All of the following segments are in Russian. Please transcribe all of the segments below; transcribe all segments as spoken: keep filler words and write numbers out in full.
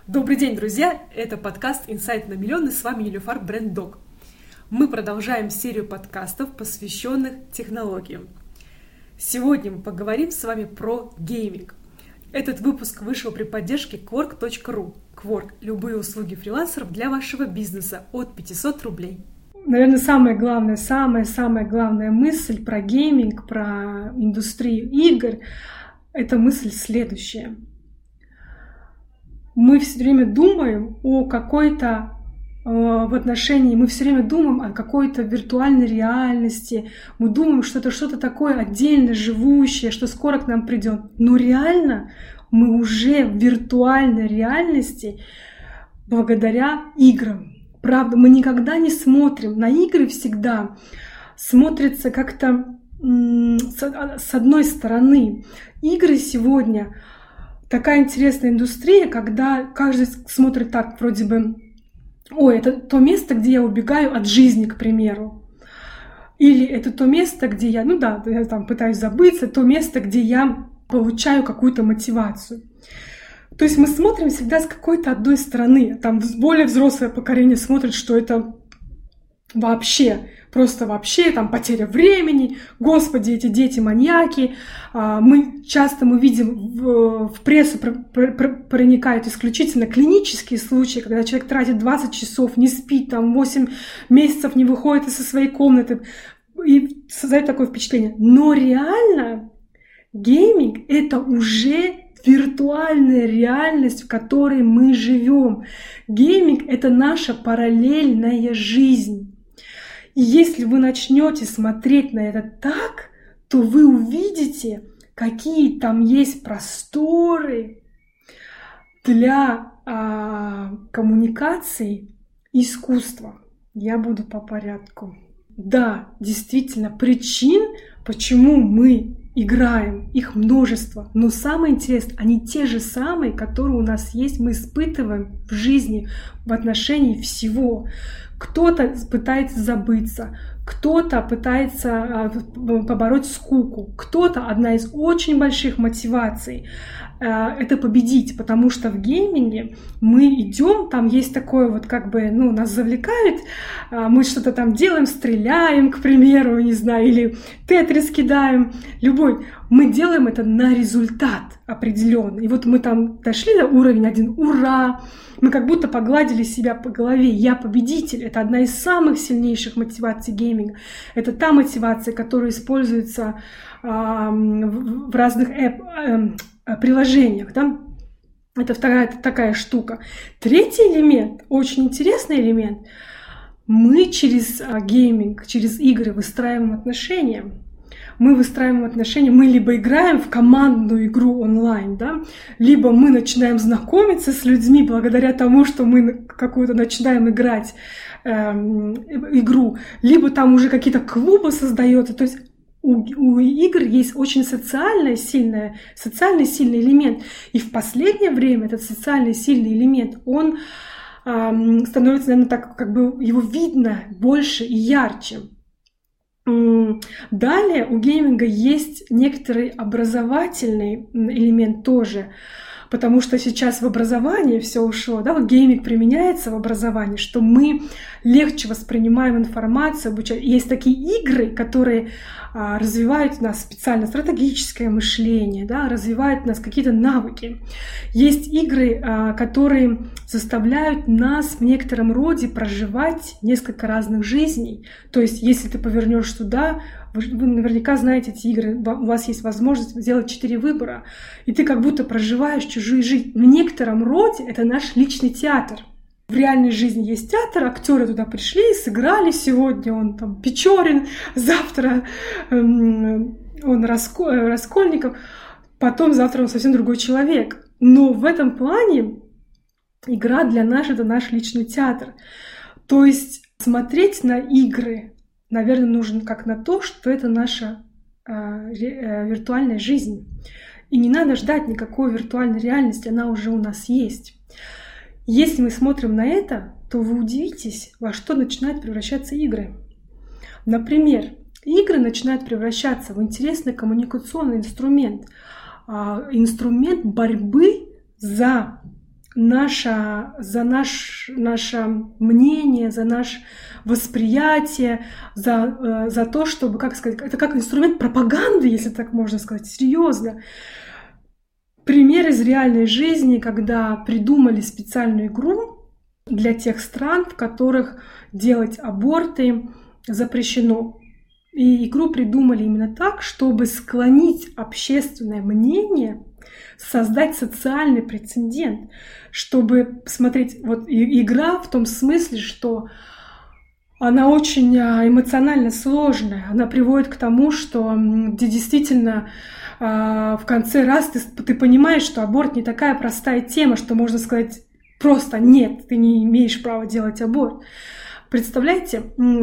Добрый день, друзья! Это подкаст «Инсайт на миллион» и с вами Нилюфар Брэнд-Дог. Мы продолжаем серию подкастов, посвященных технологиям. Сегодня мы поговорим с вами про гейминг. Этот выпуск вышел при поддержке кворк точка ру. Quark – любые услуги фрилансеров для вашего бизнеса от пятисот рублей. Наверное, самая главная, самая-самая главная мысль про гейминг, про индустрию игр – это мысль следующая. Мы все время думаем о какой-то э, в отношении, мы все время думаем о какой-то виртуальной реальности, мы думаем, что это что-то такое отдельно живущее, что скоро к нам придет. Но реально мы уже в виртуальной реальности благодаря играм. Правда, мы никогда не смотрим на игры, всегда смотрится как-то м- с, с одной стороны. Игры сегодня такая интересная индустрия, когда каждый смотрит так, вроде бы, ой, это то место, где я убегаю от жизни, к примеру. Или это то место, где я, ну да, я там пытаюсь забыться, то место, где я получаю какую-то мотивацию. То есть мы смотрим всегда с какой-то одной стороны. Там более взрослое поколение смотрит, что это вообще, просто вообще, там, потеря времени, господи, эти дети-маньяки. Мы часто мы видим, в, в прессу проникают исключительно клинические случаи, когда человек тратит двадцать часов, не спит, там, восемь месяцев не выходит из своей комнаты, и создает такое впечатление. Но реально гейминг — это уже виртуальная реальность, в которой мы живем. Гейминг — это наша параллельная жизнь. И если вы начнете смотреть на это так, то вы увидите, какие там есть просторы для а, коммуникации и искусства. Я буду по порядку. Да, действительно, причин, почему мы играем, их множество, но самое интересное, они те же самые, которые у нас есть, мы испытываем в жизни в отношении всего. Кто-то пытается забыться, кто-то пытается побороть скуку, кто-то, одна из очень больших мотиваций — это победить, потому что в гейминге мы идем, там есть такое вот как бы, ну, нас завлекает, мы что-то там делаем, стреляем, к примеру, не знаю, или тетрис кидаем, любой. Мы делаем это на результат определенный. И вот мы там дошли до уровня один, ура! Мы как будто погладили себя по голове. Я победитель. Это одна из самых сильнейших мотиваций гейминга. Это та мотивация, которая используется э, в, в разных эп, э, приложениях. Да? Это вторая это такая штука. Третий элемент, очень интересный элемент. Мы через э, гейминг, через игры выстраиваем отношения. Мы выстраиваем отношения, мы либо играем в командную игру онлайн, да, либо мы начинаем знакомиться с людьми благодаря тому, что мы какую-то начинаем играть э, игру, либо там уже какие-то клубы создаются. То есть у, у игр есть очень социальный сильный, социальный сильный элемент. И в последнее время этот социальный сильный элемент, он э, становится, наверное, так, как бы его видно больше и ярче. Далее у гейминга есть некоторый образовательный элемент тоже, потому что сейчас в образовании все ушло, да, вот гейминг применяется в образовании, что мы легче воспринимаем информацию, обучаем. Есть такие игры, которые а, развивают у нас специально стратегическое мышление, да, развивают у нас какие-то навыки. Есть игры, а, которые заставляют нас в некотором роде проживать несколько разных жизней. То есть, если ты повернешь туда, вы, вы наверняка знаете эти игры, у вас есть возможность сделать четыре выбора, и ты как будто проживаешь чужую жизнь. В некотором роде это наш личный театр. В реальной жизни есть театр, актеры туда пришли, сыграли, сегодня он там Печорин, завтра эм, он Раско, Раскольников, потом завтра он совсем другой человек. Но в этом плане игра для нас — это наш личный театр. То есть смотреть на игры, наверное, нужно как на то, что это наша э, э, виртуальная жизнь. И не надо ждать никакой виртуальной реальности, она уже у нас есть. Если мы смотрим на это, то вы удивитесь, во что начинают превращаться игры. Например, игры начинают превращаться в интересный коммуникационный инструмент, инструмент борьбы за наше, за наш, наше мнение, за наше восприятие, за, за то, чтобы, как сказать, это как инструмент пропаганды, если так можно сказать, серьезно. Пример из реальной жизни, когда придумали специальную игру для тех стран, в которых делать аборты запрещено. И игру придумали именно так, чтобы склонить общественное мнение, создать социальный прецедент, чтобы смотреть, вот игра в том смысле, что она очень эмоционально сложная, она приводит к тому, что где действительно в конце раз ты, ты понимаешь, что аборт не такая простая тема, что можно сказать просто нет, ты не имеешь права делать аборт. Представляете,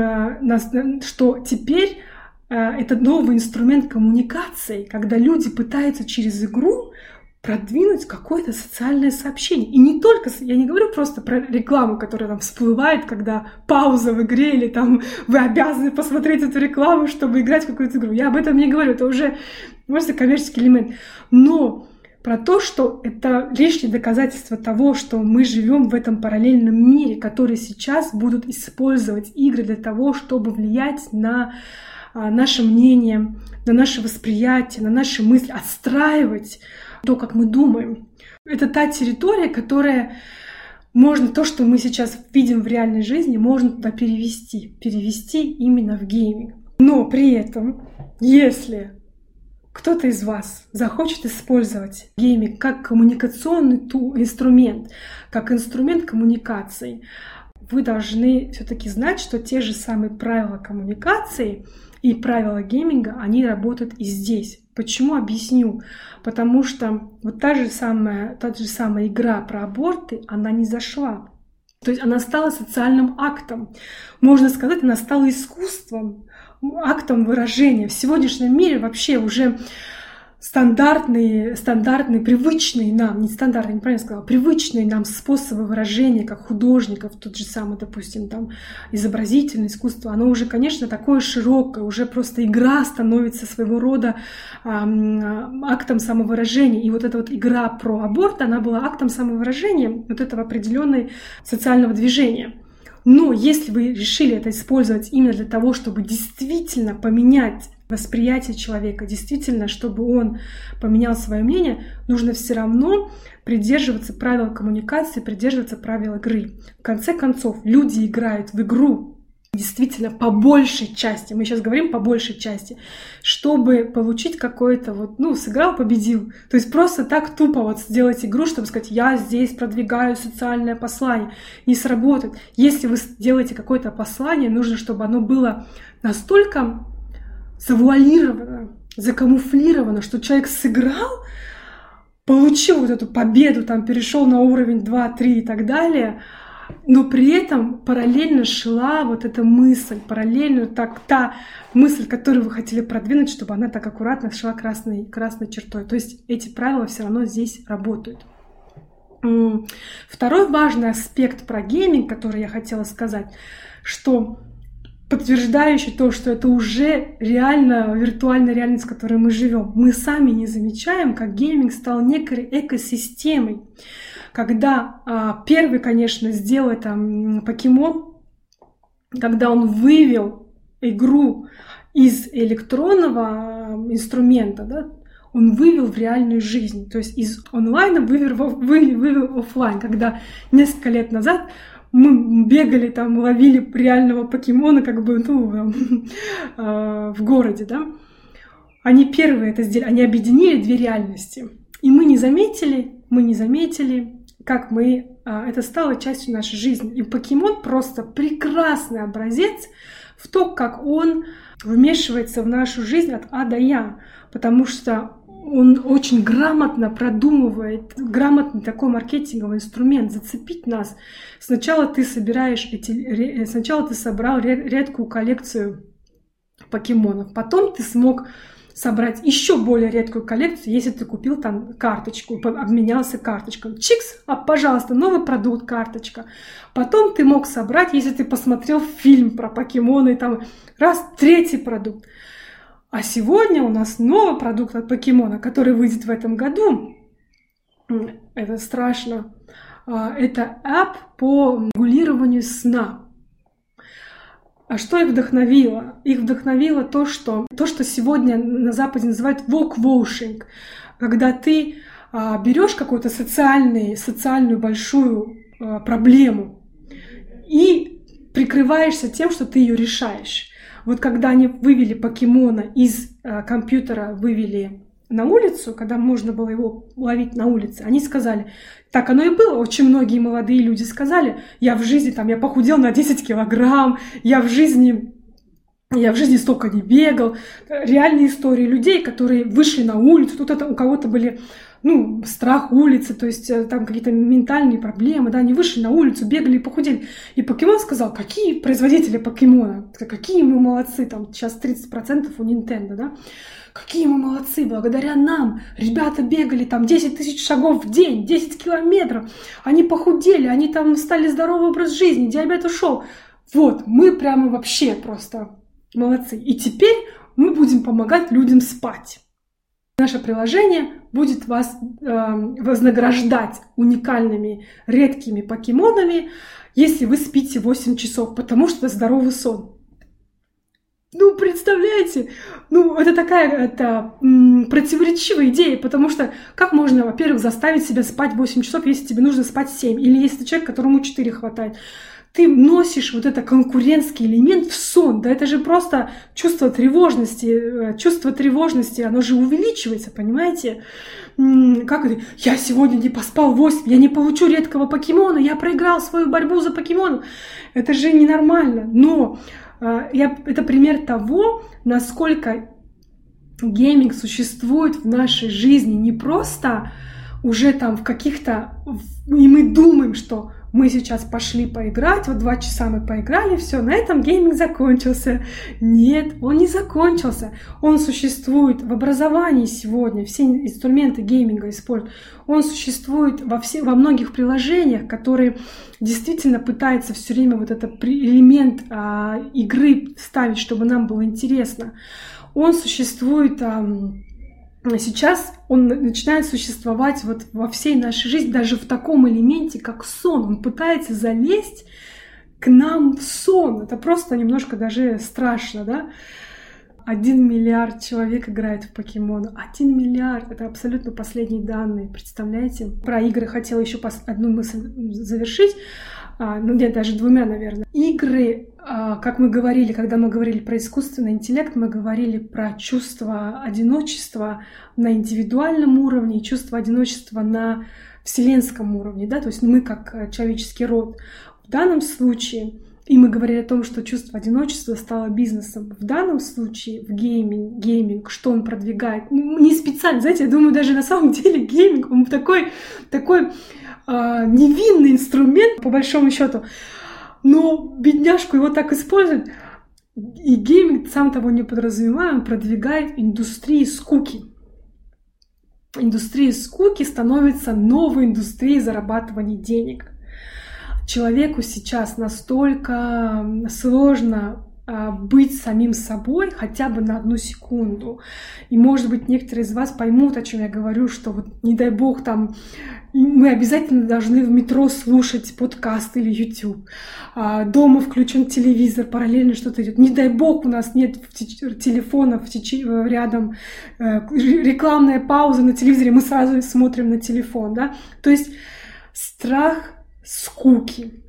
что теперь это новый инструмент коммуникации, когда люди пытаются через игру продвинуть какое-то социальное сообщение. И не только, я не говорю просто про рекламу, которая там всплывает, когда пауза в игре, или там вы обязаны посмотреть эту рекламу, чтобы играть в какую-то игру. Я об этом не говорю, это уже просто коммерческий элемент. Но про то, что это лишнее доказательство того, что мы живем в этом параллельном мире, который сейчас будут использовать игры для того, чтобы влиять на наше мнение, на наше восприятие, на наши мысли, отстраивать то, как мы думаем. Это та территория, которая можно, то, что мы сейчас видим в реальной жизни, можно туда перевести. Перевести именно в гейминг. Но при этом, если кто-то из вас захочет использовать гейминг как коммуникационный инструмент, как инструмент коммуникации, вы должны все-таки знать, что те же самые правила коммуникации и правила гейминга, они работают и здесь. Почему? Объясню. Потому что вот та же самая, та же самая игра про аборты, она не зашла. То есть она стала социальным актом. Можно сказать, она стала искусством, актом выражения. В сегодняшнем мире вообще уже стандартные, стандартные, привычные нам, не стандартные, неправильно сказала, привычные нам способы выражения, как художников, тот же самый, допустим, там, изобразительное искусство, оно уже, конечно, такое широкое, уже просто игра становится своего рода эм, актом самовыражения. И вот эта вот игра про аборт, она была актом самовыражения вот этого определенного социального движения. Но если вы решили это использовать именно для того, чтобы действительно поменять восприятие человека, действительно, чтобы он поменял свое мнение, нужно все равно придерживаться правил коммуникации, придерживаться правил игры. В конце концов, люди играют в игру действительно по большей части, мы сейчас говорим по большей части, чтобы получить какое-то вот, ну, сыграл, победил. То есть просто так тупо вот сделать игру, чтобы сказать, я здесь продвигаю социальное послание, не сработает. Если вы делаете какое-то послание, нужно, чтобы оно было настолько завуалировано, закамуфлировано, что человек сыграл, получил вот эту победу, там перешел на уровень два, три и так далее, но при этом параллельно шла вот эта мысль, параллельно так, та мысль, которую вы хотели продвинуть, чтобы она так аккуратно шла красной, красной чертой. То есть эти правила все равно здесь работают. Второй важный аспект про гейминг, который я хотела сказать, что подтверждающий то, что это уже реально виртуальная реальность, в которой мы живем. Мы сами не замечаем, как гейминг стал некой экосистемой. Когда а, первый, конечно, сделал это Покемон, когда он вывел игру из электронного инструмента, да, он вывел в реальную жизнь. То есть из онлайна вывел, вывел, вывел офлайн, когда несколько лет назад мы бегали, там, ловили реального покемона, как бы, ну, в городе, да. Они первые это сделали, они объединили две реальности. И мы не заметили, мы не заметили, как мы, это стало частью нашей жизни. И покемон просто прекрасный образец в то, как он вмешивается в нашу жизнь от А до Я. Потому что он очень грамотно продумывает, грамотный такой маркетинговый инструмент, зацепить нас. Сначала ты собираешь эти, сначала ты собрал редкую коллекцию покемонов, потом ты смог собрать еще более редкую коллекцию, если ты купил там карточку, обменялся карточкой. Чикс, а, пожалуйста, новый продукт, карточка. Потом ты мог собрать, если ты посмотрел фильм про покемоны, там раз, третий продукт. А сегодня у нас новый продукт от покемона, который выйдет в этом году. Это страшно. Это app по регулированию сна. А что их вдохновило? Их вдохновило то, что, то, что сегодня на Западе называют walk-washing, когда ты а, берешь какую-то социальную, социальную большую а, проблему и прикрываешься тем, что ты ее решаешь. Вот когда они вывели покемона из а, компьютера, вывели на улицу, когда можно было его ловить на улице, они сказали, так оно и было, очень многие молодые люди сказали, я в жизни, там, я похудел на десять килограмм, я в жизни, я в жизни столько не бегал. Реальные истории людей, которые вышли на улицу, тут это у кого-то были, ну, страх улицы, то есть там какие-то ментальные проблемы, да, они вышли на улицу, бегали и похудели. И покемон сказал, какие производители покемона, какие мы молодцы, там сейчас тридцать процентов у Nintendo, да, какие мы молодцы, благодаря нам ребята бегали там десять тысяч шагов в день, десять километров, они похудели, они там стали здоровый образ жизни, диабет ушел. Вот, мы прямо вообще просто молодцы. И теперь мы будем помогать людям спать. Наше приложение будет вас э, вознаграждать уникальными редкими покемонами, если вы спите восемь часов, потому что это здоровый сон. Ну, представляете, ну, это такая это, м, противоречивая идея, потому что как можно, во-первых, заставить себя спать восемь часов, если тебе нужно спать семь, или если ты человек, которому четыре хватает. Ты носишь вот это конкурентский элемент в сон, да это же просто чувство тревожности, чувство тревожности, оно же увеличивается, понимаете? Как это? Я сегодня не поспал восемь, я не получу редкого покемона, я проиграл свою борьбу за покемона. Это же ненормально, но... Я, это пример того, насколько гейминг существует в нашей жизни не просто уже там в каких-то... И мы думаем, что мы сейчас пошли поиграть, вот два часа мы поиграли, все, на этом гейминг закончился. Нет, он не закончился. Он существует в образовании сегодня, все инструменты гейминга используют. Он существует во, все, во многих приложениях, которые действительно пытаются все время вот этот элемент а, игры ставить, чтобы нам было интересно. Он существует... А, Сейчас он начинает существовать вот во всей нашей жизни, даже в таком элементе, как сон. Он пытается залезть к нам в сон. Это просто немножко даже страшно, да? Один миллиард человек играет в покемона. Один миллиард. Это абсолютно последние данные. Представляете? Про игры хотела еще одну мысль завершить. Ну, нет, даже двумя, наверное. Игры, как мы говорили, когда мы говорили про искусственный интеллект, мы говорили про чувство одиночества на индивидуальном уровне и чувство одиночества на вселенском уровне, да, то есть мы как человеческий род. В данном случае, и мы говорили о том, что чувство одиночества стало бизнесом. В данном случае в гейминг, гейминг, что он продвигает, не специально, знаете, я думаю, даже на самом деле гейминг, он такой, такой невинный инструмент, по большому счету, но бедняжку его так используют. И гейминг, сам того не подразумевая, он продвигает индустрии скуки. Индустрия скуки становится новой индустрией зарабатывания денег. Человеку сейчас настолько сложно быть самим собой хотя бы на одну секунду. И, может быть, некоторые из вас поймут, о чем я говорю, что вот, не дай бог, там мы обязательно должны в метро слушать подкаст или YouTube. Дома включен телевизор, параллельно что-то идет. Не дай бог, у нас нет телефонов рядом, рекламная пауза на телевизоре, мы сразу смотрим на телефон, да? То есть страх скуки.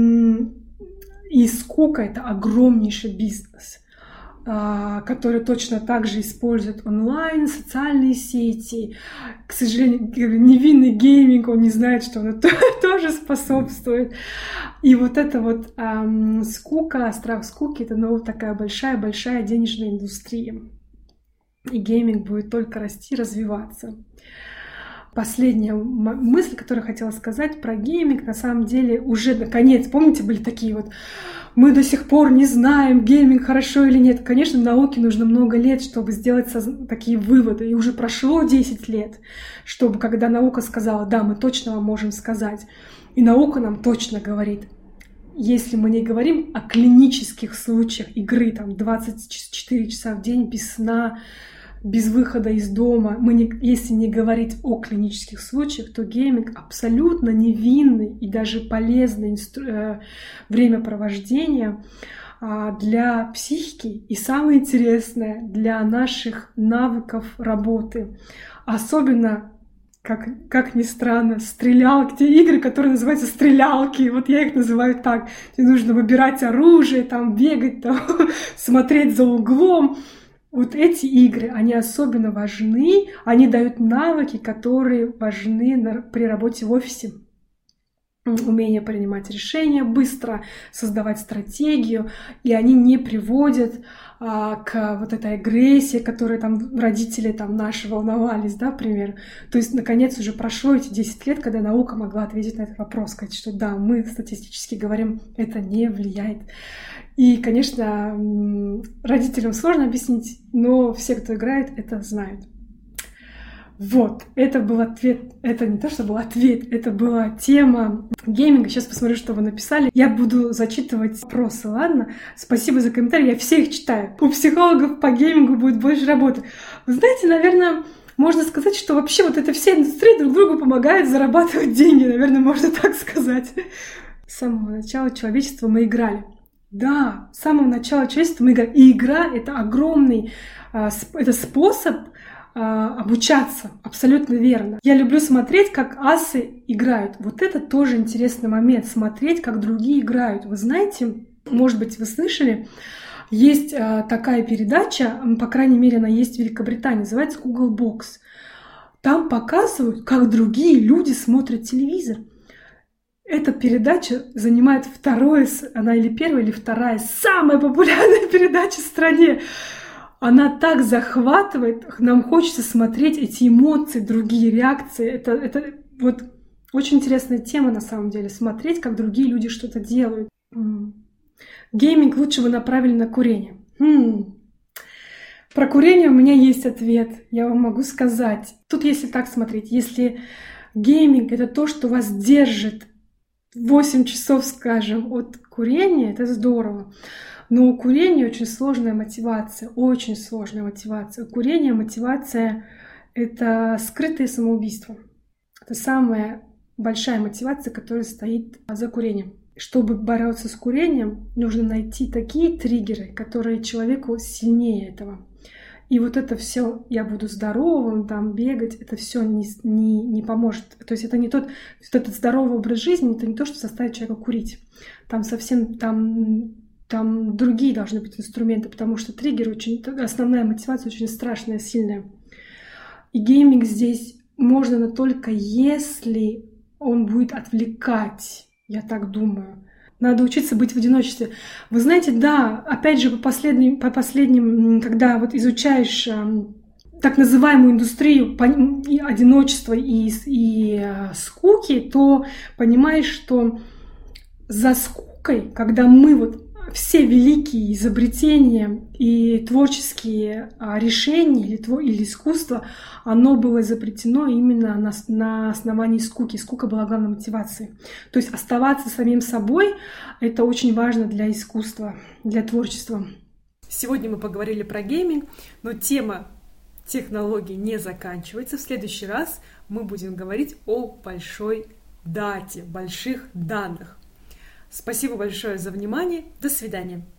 И скука — это огромнейший бизнес, который точно так же использует онлайн, социальные сети. К сожалению, невинный гейминг, он не знает, что он тоже способствует. И вот эта вот эм, скука, страх скуки — это ну, такая большая-большая денежная индустрия. И гейминг будет только расти, развиваться. Последняя мысль, которую я хотела сказать про гейминг, на самом деле уже наконец, помните, были такие вот, мы до сих пор не знаем, гейминг хорошо или нет. Конечно, науке нужно много лет, чтобы сделать такие выводы, и уже прошло десять лет, чтобы когда наука сказала, да, мы точно вам можем сказать, и наука нам точно говорит, если мы не говорим о клинических случаях игры, там, двадцать четыре часа в день без сна, без выхода из дома, мы не, если не говорить о клинических случаях, то гейминг абсолютно невинный и даже полезный инстру... э, времяпровождение э, для психики и, самое интересное, для наших навыков работы. Особенно, как, как ни странно, стрелялки, те игры, которые называются стрелялки, вот я их называю так, где нужно выбирать оружие, там бегать, там, смотреть за углом. Вот эти игры, они особенно важны, они дают навыки, которые важны при работе в офисе. Умение принимать решения быстро, создавать стратегию, и они не приводят а, к вот этой агрессии, которой там родители там, наши волновались, да, например. То есть, наконец, уже прошло эти десять лет, когда наука могла ответить на этот вопрос, сказать, что да, мы статистически говорим, это не влияет. И, конечно, родителям сложно объяснить, но все, кто играет, это знают. Вот, это был ответ, это не то, что был ответ, это была тема гейминга. Сейчас посмотрю, что вы написали. Я буду зачитывать вопросы, ладно? Спасибо за комментарии, я все их читаю. У психологов по геймингу будет больше работы. Вы знаете, наверное, можно сказать, что вообще вот эта вся индустрия друг другу помогает зарабатывать деньги, наверное, можно так сказать. С самого начала человечества мы играли. Да, с самого начала человечества мы играли. И игра — это огромный это способ обучаться, абсолютно верно. Я люблю смотреть, как асы играют. Вот это тоже интересный момент, смотреть, как другие играют. Вы знаете, может быть, вы слышали, есть такая передача, по крайней мере, она есть в Великобритании, называется Google Box. Там показывают, как другие люди смотрят телевизор. Эта передача занимает второе, она или первая, или вторая, самая популярная передача в стране. Она так захватывает, нам хочется смотреть эти эмоции, другие реакции. Это, это вот очень интересная тема на самом деле, смотреть, как другие люди что-то делают. Гейминг лучше бы направили на курение. М-м. Про курение у меня есть ответ, я вам могу сказать. Тут если так смотреть, если гейминг — это то, что вас держит восемь часов, скажем, от курения, это здорово. Но у курения очень сложная мотивация, очень сложная мотивация. У курения мотивация — это скрытое самоубийство. Это самая большая мотивация, которая стоит за курением. Чтобы бороться с курением, нужно найти такие триггеры, которые человеку сильнее этого. И вот это все, я буду здоровым, там бегать, это все не, не, не поможет. То есть это не тот, вот этот здоровый образ жизни, это не то, что заставит человека курить. Там совсем, там, там другие должны быть инструменты, потому что триггер очень, основная мотивация очень страшная, сильная. И гейминг здесь можно, но только если он будет отвлекать, я так думаю. Надо учиться быть в одиночестве. Вы знаете, да, опять же, по последним, по последним когда вот изучаешь э, так называемую индустрию и одиночества и, и э, скуки, то понимаешь, что за скукой, когда мы вот все великие изобретения и творческие решения или, тво, или искусство, оно было изобретено именно на, на основании скуки. Скука была главной мотивацией. То есть оставаться самим собой — это очень важно для искусства, для творчества. Сегодня мы поговорили про гейминг, но тема технологий не заканчивается. В следующий раз мы будем говорить о большой дате, больших данных. Спасибо большое за внимание. До свидания.